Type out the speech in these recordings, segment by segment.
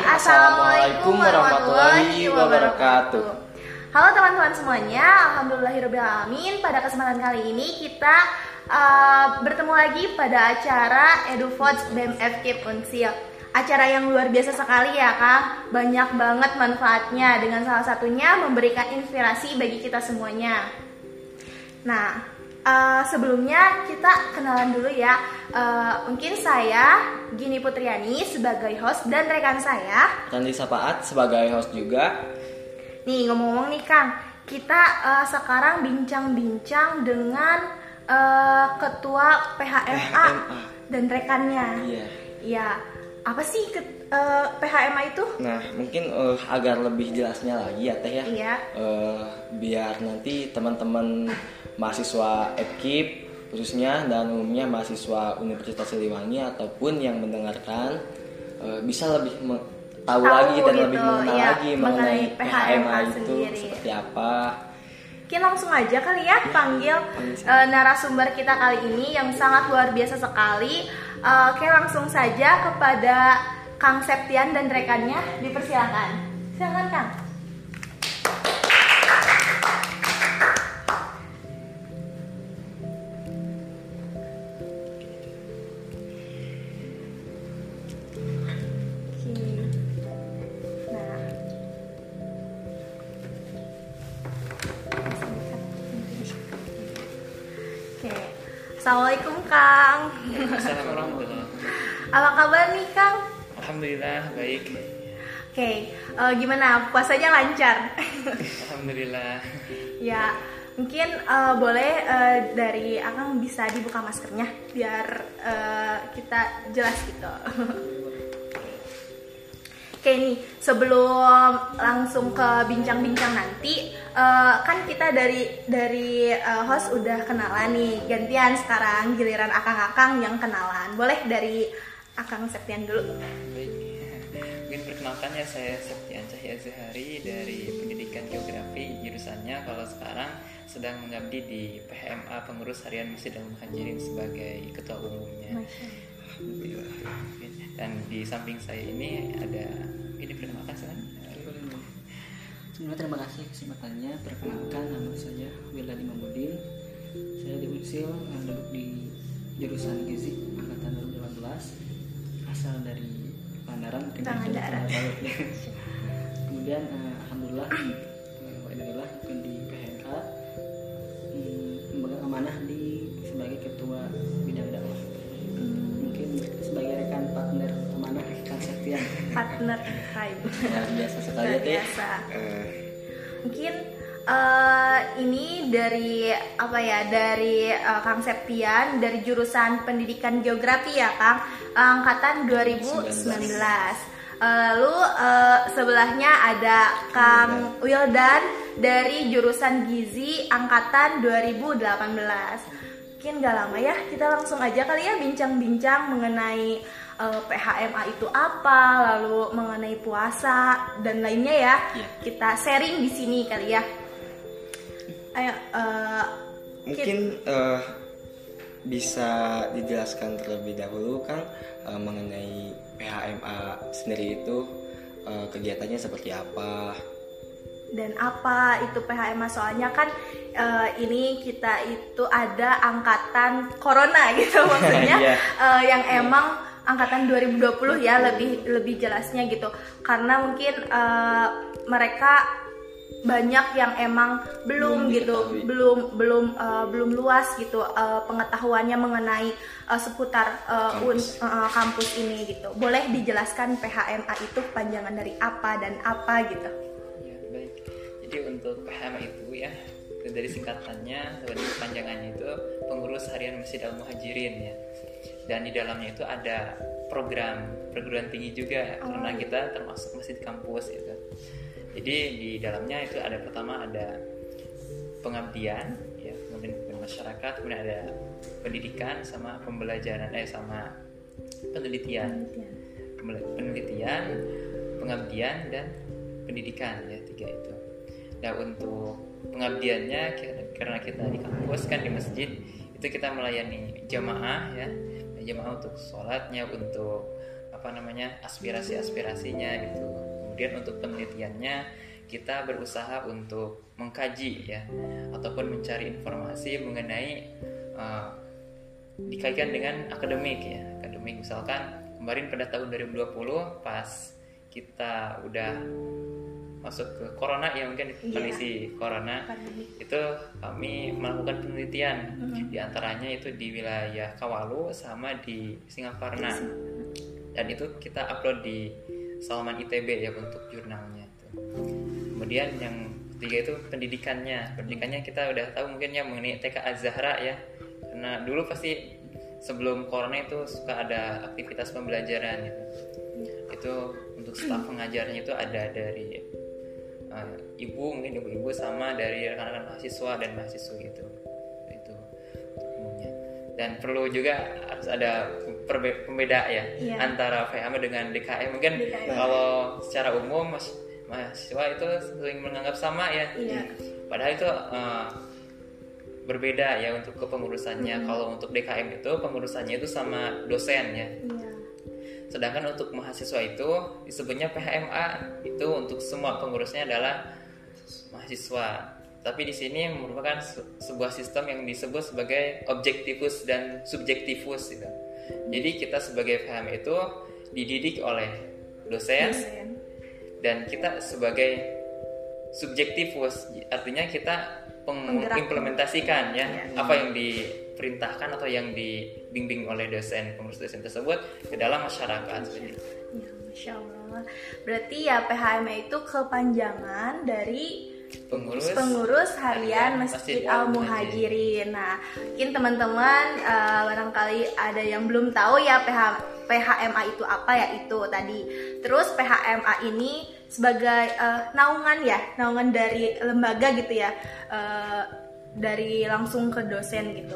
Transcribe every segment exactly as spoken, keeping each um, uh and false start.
Assalamualaikum warahmatullahi wabarakatuh. Halo teman-teman semuanya, alhamdulillahirobbilalamin. Pada kesempatan kali ini kita uh, bertemu lagi pada acara EduFods B E M F K I P Unsil. Acara yang luar biasa sekali ya Kang. Banyak banget manfaatnya, dengan salah satunya memberikan inspirasi bagi kita semuanya. Nah, Uh, sebelumnya kita kenalan dulu ya. Uh, mungkin saya Gini Putriani sebagai host dan rekan saya Randi Sapaat sebagai host juga. Nih ngomong-ngomong nih Kang, kita uh, sekarang bincang-bincang dengan uh, ketua P H M A dan rekannya. Iya. Ya, apa sih ke, uh, P H M A itu? Nah, mungkin uh, agar lebih jelasnya lagi ya Teh ya. Iya. Uh, biar nanti teman-teman mahasiswa F K I P khususnya dan umumnya mahasiswa Universitas Siliwangi ataupun yang mendengarkan uh, bisa lebih me- tahu, tahu lagi dan gitu, lebih mengenal ya, lagi mengenai P H M A itu sendiri. Seperti apa. Mungkin langsung aja kali ya panggil uh, narasumber kita kali ini yang sangat luar biasa sekali. Uh, oke, langsung saja kepada Kang Septian dan rekannya, dipersilakan. Silakan Kang. Assalamualaikum Kang. Assalamualaikum warahmatullahi. Apa kabar nih Kang? Alhamdulillah baik. Oke, okay. uh, gimana puasanya lancar? Alhamdulillah. Ya, mungkin uh, boleh uh, dari Akang bisa dibuka maskernya biar uh, kita jelas gitu. Oke nih, sebelum langsung ke bincang-bincang nanti, uh, kan kita dari dari uh, host udah kenalan nih, gantian sekarang giliran akang-akang yang kenalan. Boleh dari Akang Septian dulu. Baik, mungkin perkenalkan ya, saya Septian Cahya Zahari dari Pendidikan Geografi, jurusannya kalau sekarang sedang mengabdi di P H M A Pengurus Harian Masjid Al-Muhajirin sebagai ketua umumnya. Alhamdulillah. Dan di samping saya ini ada, ini perkenalkan saya. Sebenarnya terima kasih kesempatannya. Perkenalkan, nama saya Wildani Mamudin. Saya di Unsil, duduk di jurusan Gizi angkatan dua ribu delapan belas, asal dari Pangandaran. Pangandaran. Kemudian uh, alhamdulillah, uh, alhamdulillah mungkin di P H M A um, memegang amanah di sebagai ketua bidang dakwah. Mungkin sebagai rekan partner amanah Kang Septian. Partner time. Ya, biasa sekali ya Teh. Biasa. Mungkin uh, ini dari apa ya, dari uh, Kang Septian dari jurusan Pendidikan Geografi ya Kang, angkatan dua ribu sembilan belas. Lalu uh, sebelahnya ada Kang Wildan dari jurusan Gizi angkatan dua ribu delapan belas. Mungkin gak lama ya, kita langsung aja kali ya bincang-bincang mengenai uh, P H M A itu apa, lalu mengenai puasa dan lainnya ya. Yeah. Kita sharing di sini kali ya. Ayo, uh, mungkin uh, bisa dijelaskan terlebih dahulu Kang uh, mengenai P H M A sendiri itu uh, kegiatannya seperti apa? Dan apa itu P H M A, soalnya kan uh, ini kita itu ada angkatan corona gitu maksudnya. Yeah. uh, yang emang angkatan dua ribu dua puluh ya, lebih lebih jelasnya gitu, karena mungkin uh, mereka banyak yang emang belum, belum gitu belum belum uh, belum luas gitu uh, pengetahuannya mengenai uh, seputar uh, kampus. Un, uh, kampus ini gitu. Boleh dijelaskan P H M A itu panjangan dari apa dan apa gitu? Jadi untuk P H M A itu ya, itu dari singkatannya dan panjangannya itu Pengurus Harian Masjid Al-Muhajirin ya. Dan di dalamnya itu ada program perguruan tinggi juga, oh. Karena kita termasuk masjid kampus gitu. Jadi di dalamnya itu ada, pertama ada pengabdian ya, pengabdian masyarakat, kemudian ada pendidikan sama pembelajaran eh sama penelitian. Penelitian, penelitian pengabdian dan pendidikan ya, tiga itu. Nah untuk pengabdiannya, karena kita di kampus kan di masjid, itu kita melayani jamaah ya, jamaah untuk sholatnya, untuk apa namanya aspirasi-aspirasinya itu. Kemudian untuk penelitiannya kita berusaha untuk mengkaji ya ataupun mencari informasi mengenai uh, dikaitkan dengan akademik ya. Akademik misalkan kemarin pada tahun dua ribu dua puluh pas kita udah masuk ke corona ya, mungkin kondisi yeah. corona pandemi. Itu kami melakukan penelitian mm-hmm. di antaranya itu di wilayah Kawalu sama di Singaparna yes. dan itu kita upload di Salman I T B ya untuk jurnalnya itu. Kemudian yang ketiga itu pendidikannya pendidikannya kita udah tahu mungkin ya mengenai T K Az-Zahra ya, karena dulu pasti sebelum corona itu suka ada aktivitas pembelajaran gitu. Itu untuk staf pengajarnya itu ada dari uh, ibu mungkin ibu-ibu sama dari rekan-rekan mahasiswa dan mahasiswa gitu. Itu umumnya. Dan perlu juga harus ada perbe- pembeda ya yeah. antara F H M dengan D K M. Mungkin D K M. Kalau secara umum mas- mahasiswa itu sering menganggap sama ya. Yeah. Padahal itu uh, berbeda ya untuk kepengurusannya. Mm-hmm. Kalau untuk D K M itu pengurusannya itu sama dosen ya. Yeah. Sedangkan untuk mahasiswa itu disebutnya P H M A, itu untuk semua pengurusnya adalah mahasiswa. Tapi di sini merupakan sebuah sistem yang disebut sebagai objektifus dan subjektifus gitu. Jadi kita sebagai P H M A itu dididik oleh dosen, dosen. Dan kita sebagai subjektifus, artinya kita mengimplementasikan ya, ya apa yang diperintahkan atau yang dibimbing oleh dosen pengurus dosen tersebut ke dalam masyarakat. Ya, Masya Allah. Berarti ya P H M A itu kepanjangan dari pengurus, pengurus harian Masjid Al-Muhajirin. Nah, mungkin teman-teman uh, barangkali ada yang belum tahu ya P H, P H M A itu apa ya itu tadi. Terus P H M A ini sebagai uh, naungan ya, naungan dari lembaga gitu ya, uh, dari langsung ke dosen gitu.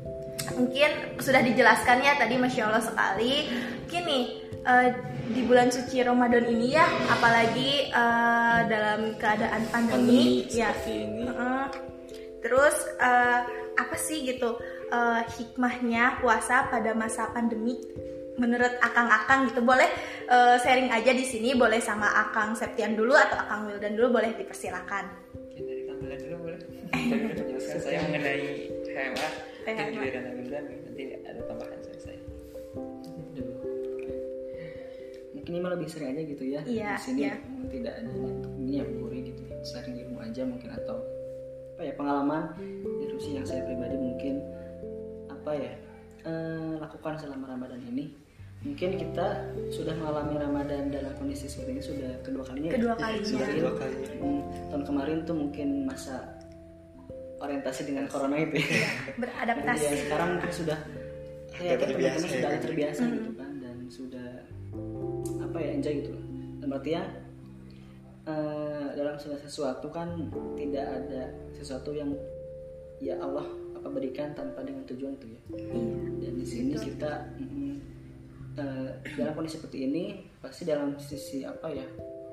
Mungkin sudah dijelaskan ya tadi, Masya Allah sekali. Mungkin nih uh, di bulan suci Ramadan ini ya, apalagi uh, dalam keadaan pandemi, pandemi ya. Ini. Uh, terus uh, apa sih gitu uh, hikmahnya puasa pada masa pandemi? Menurut akang-akang gitu, boleh uh, sharing aja di sini, boleh sama Akang Septian dulu atau Akang Wildan dulu, boleh dipersilakan. Oke, dari Akang Wildan dulu boleh. Menjelaskan saya mengenai P H M A, mungkin giliran Akang Wildan nanti ada tambahan saya. saya. Mungkin ini malah lebih sering aja gitu ya. Iya, di sini iya. tidak ada untuk ini ya gurih gitu, sering di rumah aja mungkin, atau apa ya pengalaman diskusi yang saya pribadi mungkin apa ya eh, lakukan selama Ramadan ini. Mungkin kita sudah mengalami Ramadan dalam kondisi seperti ini sudah kedua kalinya. Kedua kalinya. Sudah kedua kali. Hmm, tahun kemarin tuh mungkin masa orientasi dengan corona itu ya. Beradaptasi. Ya, sekarang mungkin sudah ya teman-teman sudah agak terbiasa hmm. gitu kan, dan sudah apa ya enjoy gitu. Dan berarti ya uh, dalam segala sesuatu kan tidak ada sesuatu yang ya Allah apa berikan tanpa dengan tujuan itu ya. Dan di sini Betul. kita mm, Uh, dalam kondisi seperti ini pasti dalam sisi apa ya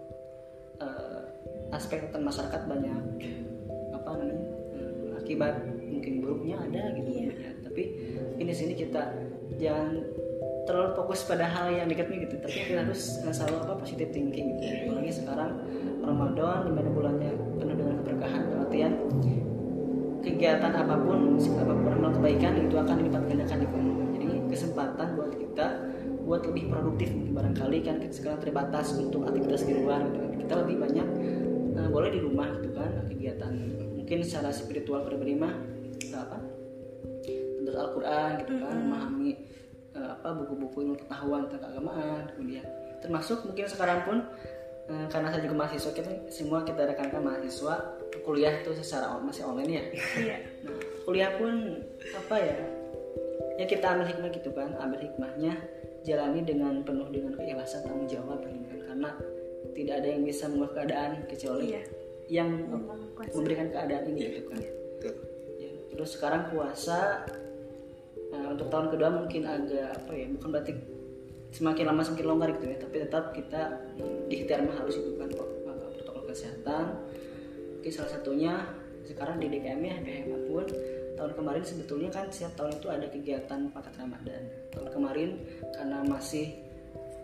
uh, aspek tentang masyarakat banyak apa namanya uh, akibat mungkin buruknya ada gitu yeah. ya. Tapi ini sini kita jangan terlalu fokus pada hal yang negatif gitu, tapi kita harus selalu apa positive thinking gitu. Apalagi sekarang Ramadan dimana bulannya penuh dengan keberkahan, artian kegiatan apapun apapun amal kebaikan itu akan dilipat gandakan di kemudian. Jadi kesempatan buat kita buat lebih produktif barangkali kan kita sekarang terbatas untuk aktivitas di luar gitu kan. Kita lebih banyak uh, boleh di rumah gitu kan, kegiatan mungkin secara spiritual pribadi mah apa tentang Al-Qur'an gitu kan, memahami uh, apa buku-buku ilmu pengetahuan tentang keagamaan, kemudian termasuk mungkin sekarang pun uh, karena saya juga mahasiswa, kita semua kita rekan-rekan mahasiswa kuliah itu secara masih online ya. Iya. Nah, kuliah pun apa ya? Ya kita ambil hikmah gitu kan, ambil hikmahnya, jalani dengan penuh dengan keikhlasan tanggung jawab gitu kan, karena tidak ada yang bisa mengubah keadaan kecuali iya. yang memberikan keadaan ini gitu kan. Ya, terus sekarang puasa nah, untuk tahun kedua mungkin agak apa ya, bukan berarti semakin lama semakin longgar gitu ya, tapi tetap kita hmm, diikhtiar mah harus itu kan protokol kesehatan. Oke, salah satunya sekarang di D K M ya, D K M pun tahun kemarin sebetulnya kan setiap tahun itu ada kegiatan paket Ramadan. Tahun kemarin karena masih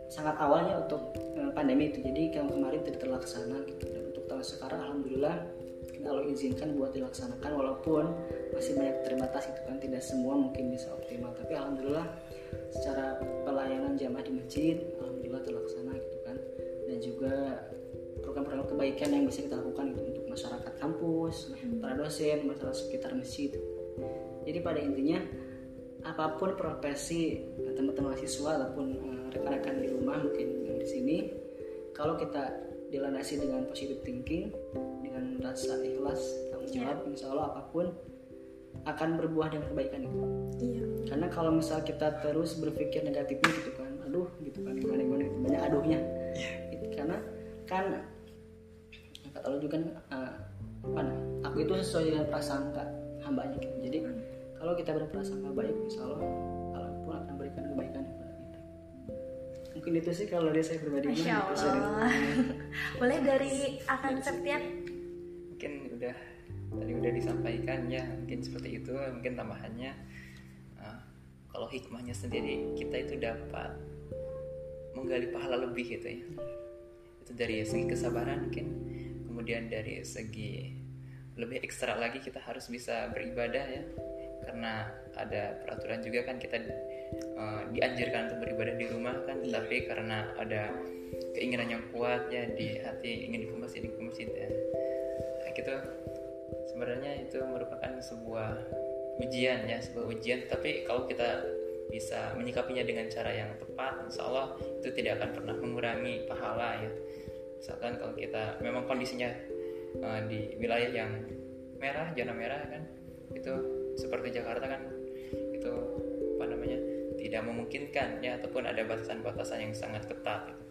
sangat awalnya untuk uh, pandemi itu, jadi yang kemarin tidak terlaksana gitu. Dan untuk tahun sekarang alhamdulillah Allah izinkan buat dilaksanakan, walaupun masih banyak terbatas itu kan, tidak semua mungkin bisa optimal, tapi alhamdulillah secara pelayanan jamaah di masjid alhamdulillah terlaksana gitu kan. Dan juga program-program kebaikan yang bisa kita lakukan gitu untuk masyarakat kampus, para dosen, masyarakat sekitar masjid. Jadi pada intinya apapun profesi teman-teman mahasiswa ataupun uh, rekan-rekan di rumah mungkin yang di sini, kalau kita dilandasi dengan positive thinking, dengan rasa ikhlas, tanggung jawab, yeah. insya Allah apapun akan berbuah dengan kebaikan itu. Yeah. Karena kalau misal kita terus berpikir negatifnya gitu kan, aduh gitu kan, gimana gimana banyak aduhnya. Yeah. Gitu, karena kan kata Allah juga kan, uh, apa nah, aku itu sesuai dengan prasangka hambanya gitu. Jadi mm. kalau kita berprasangka baik, insya Allah Allah pun akan berikan kebaikan kepada kita. Mungkin itu sih kalau dari saya pribadi. Masya Allah. Boleh dari Akang Septian? Mungkin udah tadi udah disampaikan ya, mungkin seperti itu. Mungkin tambahannya uh, kalau hikmahnya sendiri, kita itu dapat menggali pahala lebih gitu ya. Itu dari segi kesabaran mungkin, kemudian dari segi lebih ekstra lagi kita harus bisa beribadah ya, karena ada peraturan juga kan kita uh, dianjurkan untuk beribadah di rumah kan, tapi karena ada keinginan yang kuat ya di hati ingin ke masjid, ke masjid ya. Nah, gitu. Sebenarnya itu merupakan sebuah ujian ya, sebuah ujian. Tapi kalau kita bisa menyikapinya dengan cara yang tepat, insya Allah itu tidak akan pernah mengurangi pahala ya. Misalkan kalau kita memang kondisinya uh, di wilayah yang merah, zona merah kan, itu seperti Jakarta kan, itu apa namanya tidak memungkinkan ya, ataupun ada batasan-batasan yang sangat ketat gitu,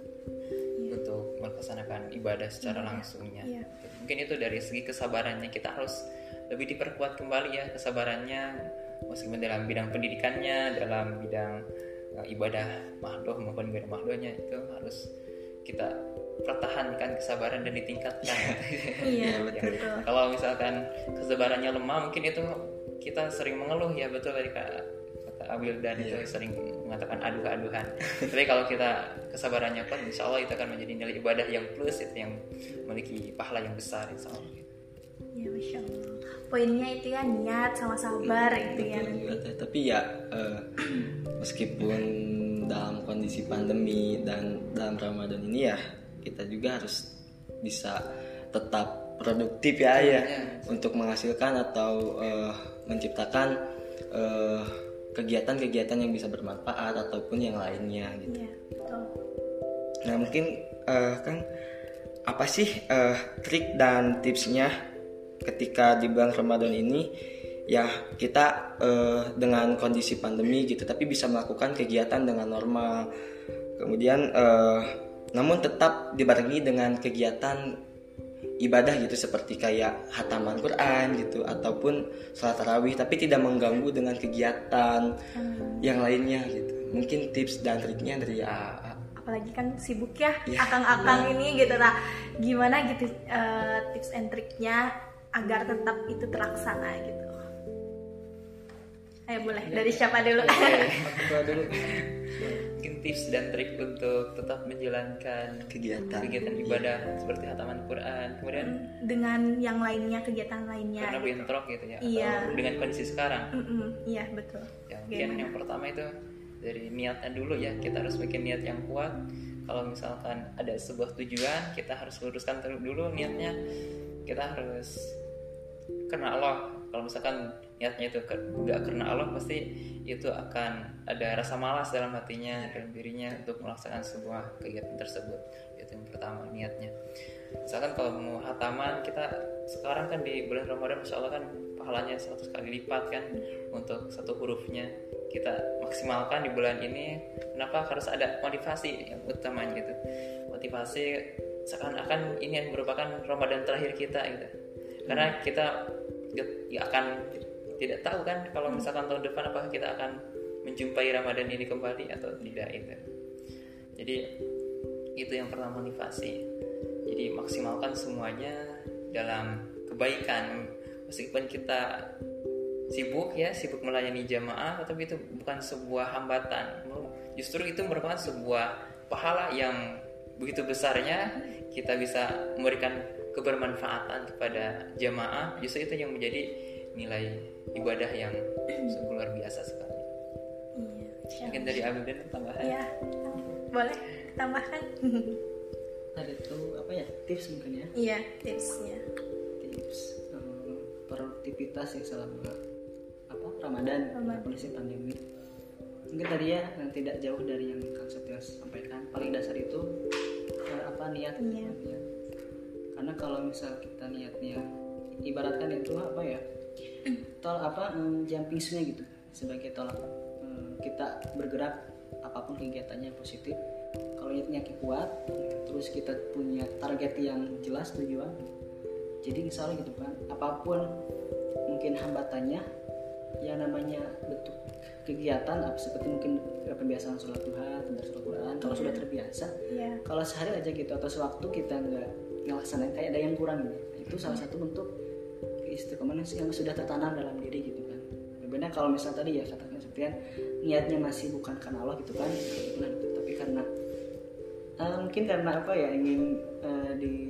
yeah. untuk melaksanakan ibadah secara yeah. langsungnya. Yeah. Mungkin itu dari segi kesabarannya kita harus lebih diperkuat kembali ya kesabarannya, meskipun dalam bidang pendidikannya, dalam bidang uh, ibadah mahdoh maupun ibadah mahdohnya itu harus kita pertahankan kesabaran dan ditingkatkan. Iya betul. Ya. Kalau misalkan kesabarannya lemah, mungkin itu kita sering mengeluh ya, betul tadi kata Abil dan yeah. itu sering mengatakan aduh-aduhan. Tapi kalau kita kesabarannya kuat, insya Allah itu akan menjadi nilai ibadah yang plus, itu yang memiliki pahala yang besar, insya Allah. Ya Masya Allah. Poinnya itu ya niat sama sabar hmm, itu ya. Betul, tapi ya uh, meskipun dalam kondisi pandemi dan dalam Ramadan ini ya, kita juga harus bisa tetap produktif ya ya, ya. untuk menghasilkan atau uh, menciptakan uh, kegiatan-kegiatan yang bisa bermanfaat ataupun yang lainnya gitu. Iya, betul. Nah mungkin uh, kan apa sih uh, trik dan tipsnya ketika di bulan Ramadan ini ya kita uh, dengan kondisi pandemi gitu, tapi bisa melakukan kegiatan dengan normal, kemudian uh, namun tetap dibarengi dengan kegiatan ibadah gitu, seperti kayak khataman Quran gitu ataupun salat tarawih, tapi tidak mengganggu dengan kegiatan hmm. yang lainnya gitu. Mungkin tips dan triknya dari A A. Apalagi kan sibuk ya, ya akang-akang ya. ini gitu lah. Gimana gitu uh, tips and triknya agar tetap itu terlaksana gitu. Ayo boleh ya. Dari siapa dulu? Ya, dulu. Mungkin tips dan trik untuk tetap menjalankan kegiatan kegiatan ibadah ya. Seperti khataman Quran, kemudian dengan yang lainnya, kegiatan lainnya. Karena gitu. bentrok gitu ya. Iya. Atau dengan kondisi sekarang. Mm-mm. Iya betul. Ya, mungkin yang pertama itu dari niatnya dulu ya. Kita harus bikin niat yang kuat. Kalau misalkan ada sebuah tujuan, kita harus luruskan dulu niatnya. Kita harus karena Allah. Kalau misalkan niatnya itu enggak karena Allah, pasti itu akan ada rasa malas dalam hatinya, dalam dirinya untuk melaksanakan sebuah kegiatan tersebut. Itu yang pertama, niatnya. Misalkan kalau mau khataman, kita sekarang kan di bulan Ramadan Masya Allah kan pahalanya seratus kali lipat kan untuk satu hurufnya. Kita maksimalkan di bulan ini. Kenapa harus ada motivasi yang utamanya itu? Motivasi seakan-akan ini yang merupakan Ramadan terakhir kita gitu. Karena kita ya akan tidak tahu kan kalau misalkan tahun depan apakah kita akan menjumpai Ramadan ini kembali atau tidak itu. Jadi itu yang pertama, motivasi. Jadi maksimalkan semuanya dalam kebaikan, meskipun kita sibuk ya, sibuk melayani jamaah, tapi itu bukan sebuah hambatan. justru itu merupakan sebuah pahala yang begitu besarnya, kita bisa memberikan kebermanfaatan kepada jamaah. Justru itu yang menjadi nilai ibadah yang sungguh luar biasa sekali. Iya. Mungkin dari Abiden tambahan. Iya, boleh tambahkan. Ada itu apa ya, tips mungkin ya, Iya, tipsnya. tips eh, produktivitas yang selama apa Ramadan, Ramadan. kondisi pandemi. Mungkin tadi ya yang tidak jauh dari yang Kang Septian sampaikan, paling dasar itu eh, apa niat, Niat. niat. Karena kalau misal kita niatnya ibaratkan itu apa ya, tol apa em, jumping swing gitu, sebagai tolak em, kita bergerak apapun kegiatannya yang positif. Kalau niatnya kuat, terus kita punya target yang jelas tujuan, jadi insya Allah gitu kan, apapun mungkin hambatannya, yang namanya bentuk kegiatan apa seperti mungkin pembiasaan sholat duha, tadabbur Al-Quran, kalau sudah terbiasa, Iya. kalau sehari aja gitu atau sewaktu kita nggak ngelaksanain, kayak ada yang kurang gitu, itu salah satu bentuk keistiqomahan yang sudah tertanam dalam diri gitu kan. Berbeda kalau misal tadi ya katakan seperti niatnya masih bukan karena Allah gitu kan, gitu, tapi karena uh, mungkin karena apa ya, ingin uh,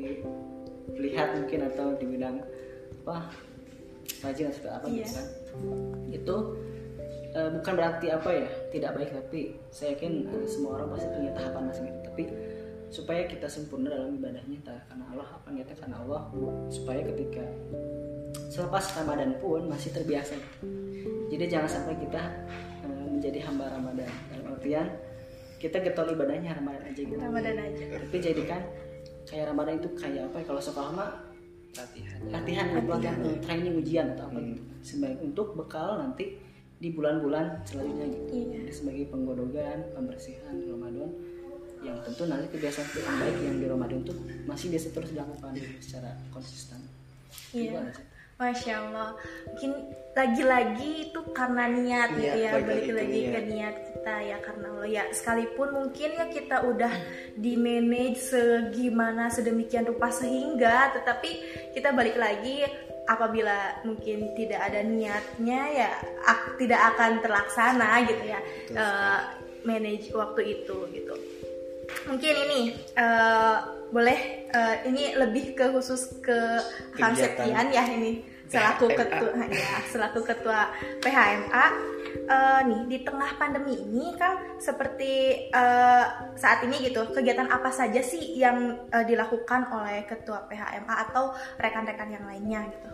dilihat mungkin atau di bidang apa rajin atau apa gitu Iya. kan, itu uh, bukan berarti apa ya tidak baik, tapi saya yakin uh, semua orang pasti punya tahapan masing-masing, tapi supaya kita sempurna dalam ibadahnya karena Allah, apa niatnya karena Allah, supaya ketika selepas Ramadan pun masih terbiasa. Jadi jangan sampai kita uh, menjadi hamba Ramadan, dalam artian kita getol ibadahnya Ramadan aja gitu. Ramadan aja. Tapi jadikan kayak Ramadan itu kayak apa ya, kalau sekolah mah Latihan. latihan, latihan, training, ujian atau apa gitu, sebagai untuk bekal nanti di bulan-bulan selanjutnya gitu. Iya. Jadi sebagai penggodogan, pembersihan di Ramadan, yang tentu nanti kebiasaan yang baik yang di Ramadan itu masih bisa terus dilakukan secara konsisten. Itu Iya. aja. Masya Allah. Mungkin lagi-lagi itu karena niat Niat, gitu ya, balik balik lagi ke lagi ke niat. niat kita ya, karena Allah ya. Sekalipun mungkin ya kita udah di manage segimana sedemikian rupa sehingga, tetapi kita balik lagi apabila mungkin tidak ada niatnya ya ak- tidak akan terlaksana gitu ya, eh, manage waktu itu gitu. Mungkin ini eh, boleh eh, ini lebih ke khusus ke Kang Kegiatan. Septian ya, ini selaku P H M A. ketua ya selaku ketua P H M A. Eh, nih di tengah pandemi ini Kang, seperti eh, saat ini gitu, kegiatan apa saja sih yang eh, dilakukan oleh ketua P H M A atau rekan-rekan yang lainnya gitu?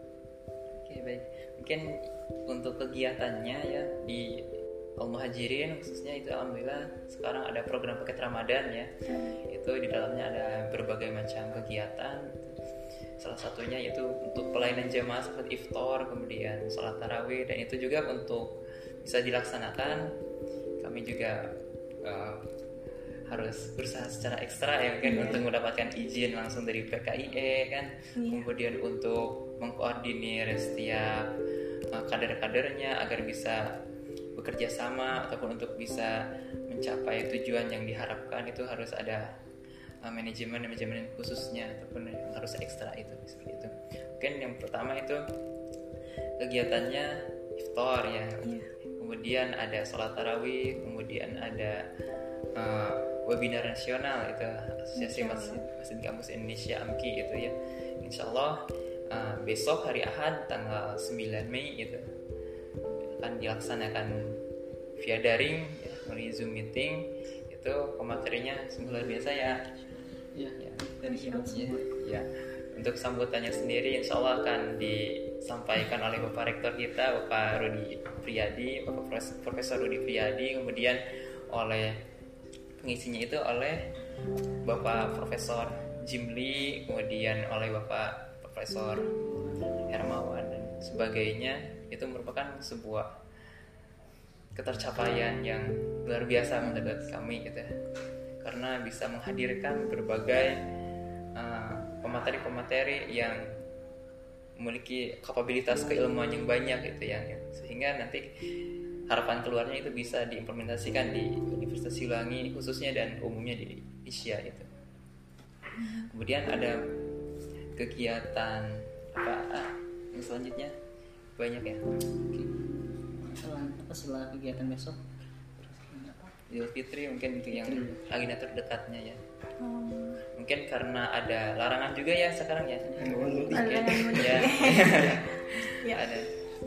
Oke, baik. Mungkin untuk kegiatannya ya di Al-Muhajirin khususnya itu alhamdulillah sekarang ada program paket Ramadan ya. Itu di dalamnya ada berbagai macam kegiatan. Salah satunya itu untuk pelayanan jamaah seperti iftar, kemudian sholat tarawih, dan itu juga untuk bisa dilaksanakan kami juga uh, harus berusaha secara ekstra ya kan, Yeah. untuk mendapatkan izin langsung dari P K I E kan. Yeah. Kemudian untuk mengkoordinir setiap uh, kader-kadernya agar bisa bekerja sama ataupun untuk bisa mencapai tujuan yang diharapkan, itu harus ada uh, manajemen manajemen khususnya ataupun yang harus ekstra itu seperti itu. Mungkin yang pertama itu kegiatannya iftar ya. Iya. Kemudian ada sholat tarawih, kemudian ada uh, webinar nasional itu Asosiasi Insya Allah. Masjid, Masjid Kampus Indonesia A M K I itu ya. Insya Allah uh, besok hari Ahad tanggal sembilan Mei itu akan dilaksanakan via daring ya, melalui Zoom meeting. Itu pematerinya sungguh luar biasa ya. Iya. Ya, Dari ya, semua. ya. Untuk sambutannya sendiri insya Allah akan disampaikan oleh Bapak Rektor kita, Bapak Rudi Priyadi, Bapak Profesor Rudi Priyadi, kemudian oleh pengisinya itu oleh Bapak Profesor Jimli, kemudian oleh Bapak Profesor Hermawan dan sebagainya. Itu merupakan sebuah ketercapaian yang luar biasa menurut kami gitu, karena bisa menghadirkan berbagai uh, pemateri-pemateri yang memiliki kapabilitas keilmuan yang banyak gitu ya, sehingga nanti harapan keluarnya itu bisa diimplementasikan di Universitas Silangi khususnya dan umumnya di Indonesia itu. Kemudian ada kegiatan apa ah, yang selanjutnya banyak ya. Setelah apa setelah kegiatan besok terus apa? Idul Fitri mungkin untuk yang agenda terdekatnya ya. Hmm. Mungkin karena ada larangan juga ya sekarang ya. Larangan mudik. Ya. Ya. Ada.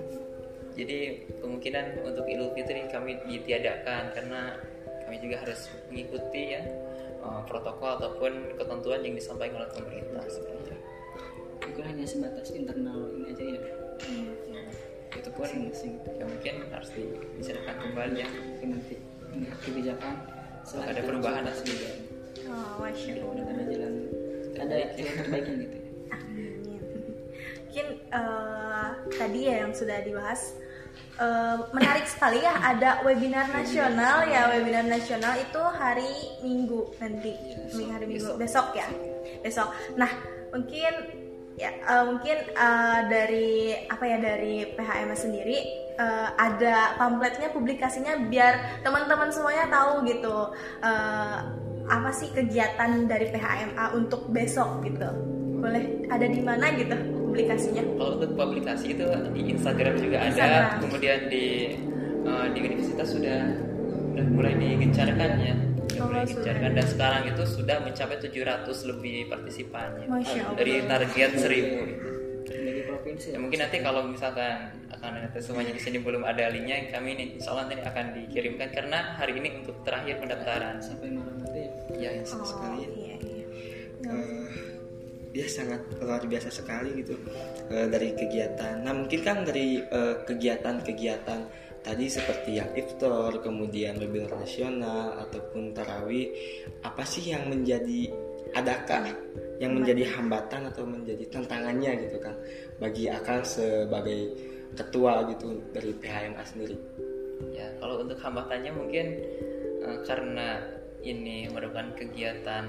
Jadi kemungkinan untuk Idul Fitri kami ditiadakan karena kami juga harus mengikuti ya uh, protokol ataupun ketentuan yang disampaikan oleh pemerintah sebenarnya. Itu hanya sebatas internal ini aja ya. Ya, itu pun Masing-masing. ya mungkin harus dibicarakan kembali ya. Mungkin nanti ini kebijakan setelah Ada itu perubahan langsung atau tidak. Oh, masya ada Allah. ada jalan ada jalan terbaiknya gitu ya. Amin. Mungkin eh, tadi ya yang sudah dibahas, eh, menarik sekali ya, ada webinar nasional ya, webinar nasional itu hari Minggu nanti, Besok, hari Minggu besok. besok ya, besok. Nah mungkin ya eh, mungkin eh, dari apa ya dari P H M A sendiri eh, ada pamfletnya, publikasinya biar teman-teman semuanya tahu gitu. Eh, apa sih kegiatan dari P H M A untuk besok gitu, boleh ada di mana gitu publikasinya? Kalau untuk publikasi itu di Instagram juga ada, Instagram. kemudian di uh, di universitas sudah sudah mulai digencarkan ya, sudah Oh, mulai sudah. digencarkan dan sekarang itu sudah mencapai tujuh ratus lebih partisipan ya. Masya Allah. Dari target seribu. Dari provinsi Ya, mungkin nanti kalau misalkan akan ada semuanya di sini belum ada linknya, kami ini insya Allah nanti akan dikirimkan karena hari ini untuk terakhir pendaftaran. sampai malam nanti ya. Ya, Oh, sekali. iya, iya. Eh, dia sangat luar biasa sekali gitu eh, dari kegiatan. Nah mungkin kan dari eh, kegiatan-kegiatan tadi seperti yang iftar, kemudian webinar nasional ataupun tarawih, apa sih yang menjadi, adakah yang menjadi hambatan atau menjadi tantangannya gitu kan bagi Akang sebagai ketua gitu dari P H M A sendiri? Ya, kalau untuk hambatannya mungkin eh, karena ini merupakan kegiatan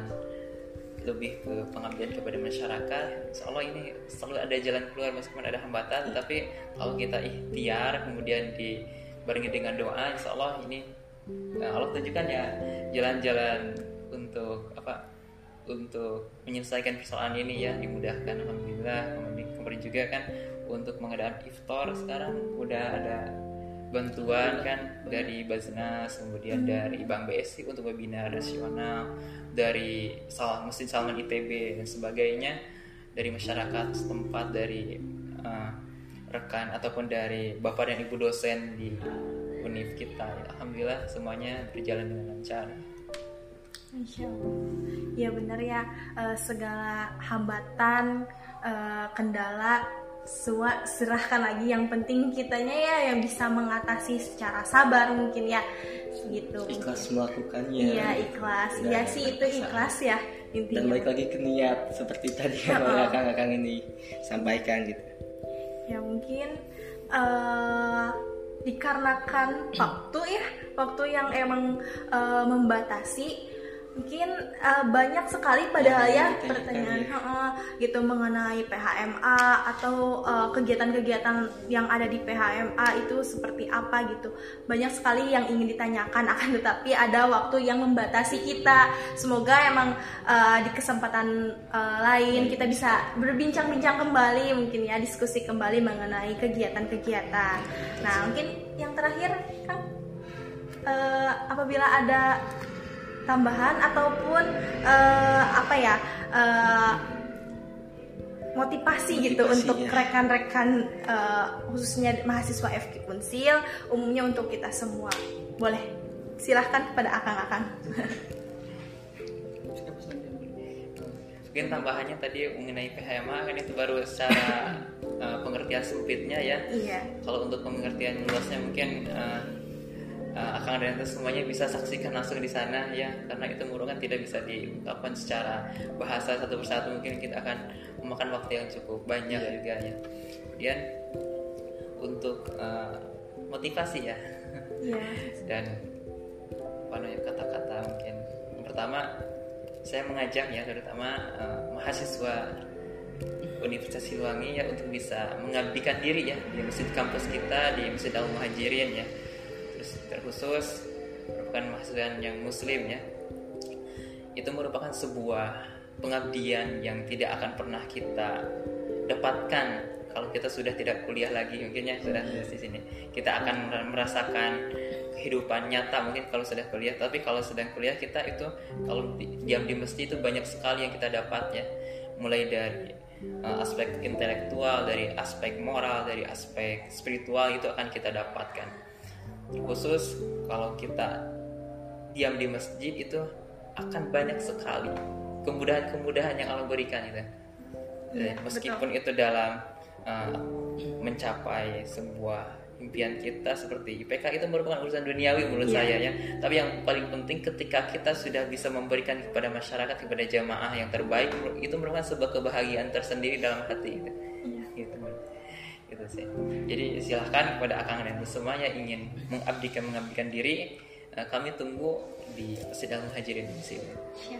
lebih ke pengabdian kepada masyarakat, insya Allah ini selalu ada jalan keluar meskipun ada hambatan. Tapi kalau kita ikhtiar kemudian dibarengi dengan doa, insya Allah ini eh, Allah tunjukkan ya jalan-jalan untuk apa? Untuk menyelesaikan persoalan ini ya, dimudahkan alhamdulillah. Kemudian, kemudian juga kan untuk mengadakan iftar sekarang udah ada bantuan kan dari Baznas, kemudian dari Bank B S I untuk webinar nasional, dari Sal- Masjid Salman I T B dan sebagainya, dari masyarakat setempat, dari uh, rekan ataupun dari bapak dan ibu dosen di univ kita. Alhamdulillah semuanya berjalan dengan lancar. Insya Allah. Ya benar ya, eh, segala hambatan, eh, kendala semua serahkan lagi, yang penting kitanya ya yang bisa mengatasi secara sabar mungkin ya gitu. Ikhlas melakukannya. Iya ikhlas. Dan Ya sih itu ikhlas ya Dan intinya. balik lagi ke niat seperti tadi yang oleh Akang-akang ini sampaikan gitu. Ya mungkin eh, dikarenakan waktu ya, waktu yang emang eh, membatasi. Mungkin uh, banyak sekali padahal ya Yang pertanyaan ditanyakan, uh, gitu mengenai P H M A atau uh, kegiatan-kegiatan yang ada di P H M A itu seperti apa gitu. Banyak sekali yang ingin ditanyakan, akan tetapi ada waktu yang membatasi kita. Semoga emang uh, di kesempatan uh, lain kita bisa berbincang-bincang kembali, mungkin ya diskusi kembali mengenai kegiatan-kegiatan. Nah mungkin yang terakhir kan uh, apabila ada tambahan ataupun uh, apa ya uh, motivasi, gitu Motivasi, untuk ya. rekan-rekan uh, khususnya mahasiswa F K Unsil, umumnya untuk kita semua. Boleh silahkan pada akang-akang. Mungkin tambahannya tadi mengenai P H M A kan itu baru secara uh, pengertian sempitnya ya. Iya. Kalau untuk pengertian luasnya mungkin uh, uh, Akang dan Ente semuanya bisa saksikan langsung di sana ya, karena itu merupakan tidak bisa diungkapkan secara bahasa satu persatu, mungkin kita akan memakan waktu yang cukup banyak Iya. juga ya. Kemudian untuk uh, motivasi ya Iya. dan apa namanya kata-kata mungkin yang pertama saya mengajak ya terutama uh, mahasiswa Universitas Siliwangi ya untuk bisa mengabdikan diri ya di masjid kampus kita, di Masjid Al Muhajirin ya. Terus terkhusus merupakan mahasiswa yang muslim ya. Itu merupakan sebuah pengabdian yang tidak akan pernah kita dapatkan kalau kita sudah tidak kuliah lagi mungkin ya sudah di sini kita akan merasakan kehidupan nyata mungkin kalau sudah kuliah. Tapi kalau sedang kuliah kita itu kalau di, diam di masjid itu banyak sekali yang kita dapat ya, mulai dari uh, aspek intelektual, dari aspek moral, dari aspek spiritual itu akan kita dapatkan. Khusus kalau kita diam di masjid itu akan banyak sekali kemudahan-kemudahan yang Allah berikan itu. Ya, meskipun betul. Itu dalam uh, mencapai sebuah impian kita seperti I P K itu merupakan urusan duniawi menurut yeah. saya ya. Tapi yang paling penting ketika kita sudah bisa memberikan kepada masyarakat, kepada jamaah yang terbaik, itu merupakan sebuah kebahagiaan tersendiri dalam hati itu. Yeah. Gitu. Gitu sih. Jadi silahkan kepada akang dan semuanya ingin mengabdikan mengabdikan diri, uh, kami tunggu di Masjid Al-Muhajirin di sini.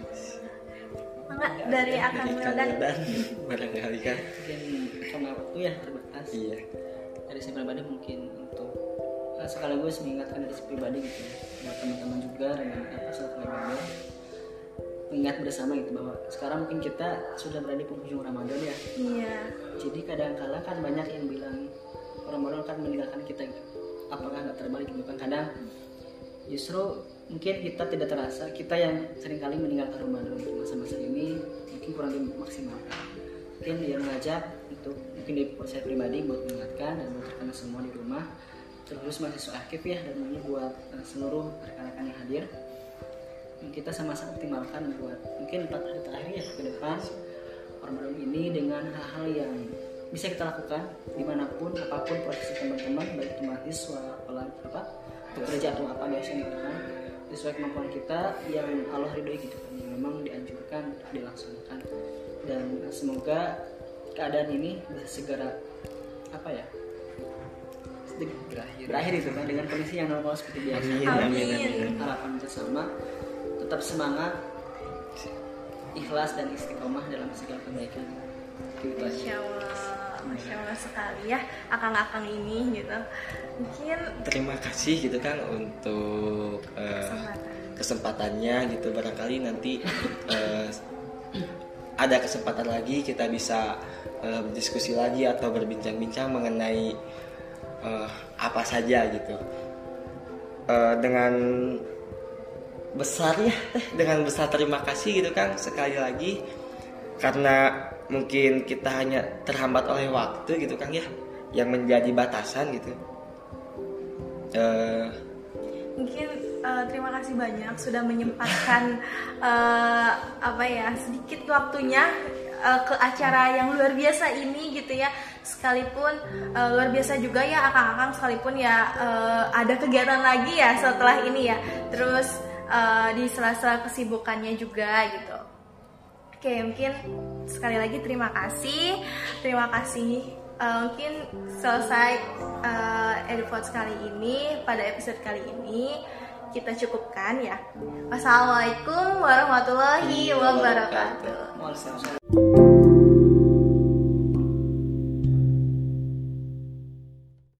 Enggak dari akan Wildan barangkali kan mungkin karena waktu ya terbatas. Iya. Dari saya pribadi mungkin untuk uh, sekaligus mengingatkan dari saya pribadi gitu ya, buat teman-teman juga dengan apa salat ibadah, mengingat bersama gitu bahwa sekarang mungkin kita sudah berada di penghujung Ramadan ya. Iya. Jadi kadang-kala kan banyak yang bilang Ramadan kan meninggalkan kita gitu. Apakah nggak terbalik gitu kan? Kadang justru mungkin kita tidak terasa kita yang seringkali meninggalkan Ramadan di masa-masa ini mungkin kurang dimaksimalkan. Mungkin dia mengajak untuk mungkin dari saya pribadi buat mengingatkan dan buat rekan semua di rumah, terus mahasiswa aktif ya, dan ini buat uh, seluruh rekan-rekan yang hadir, kita sama-sama optimalkan buat mungkin empat hari terakhir ya ke depan Ramadan ini dengan hal-hal yang bisa kita lakukan dimanapun apapun posisi teman-teman, baik itu mahasiswa, apa, pekerja atau apa biasanya gitu kan, sesuai kemampuan kita yang Allah ridhoi gitu kan, yang memang dianjurkan dilaksanakan. Dan semoga keadaan ini bisa segera apa ya berakhir, berakhir itu kan dengan kondisi yang normal seperti biasa. Amin. Amin. Harapan bersama tetap semangat, ikhlas dan istiqomah dalam segala kebaikan. Masya Allah, Masya Allah sekali ya akang-akang ini gitu. Mungkin terima kasih gitu kan untuk uh, kesempatan. kesempatannya gitu, barangkali nanti uh, ada kesempatan lagi kita bisa uh, berdiskusi lagi atau berbincang-bincang mengenai uh, apa saja gitu. Uh, dengan besar ya, dengan besar terima kasih gitu kan sekali lagi, karena mungkin kita hanya terhambat oleh waktu gitu kan ya, yang menjadi batasan gitu. Uh, mungkin uh, terima kasih banyak sudah menyempatkan uh, apa ya sedikit waktunya uh, ke acara yang luar biasa ini gitu ya, sekalipun uh, luar biasa juga ya akang-akang, sekalipun ya uh, ada kegiatan lagi ya setelah ini ya, terus uh, di sela-sela kesibukannya juga gitu. Oke, mungkin sekali lagi terima kasih terima kasih. Uh, mungkin selesai uh, Edupodcast kali ini, pada episode kali ini kita cukupkan ya. Wassalamualaikum warahmatullahi wabarakatuh.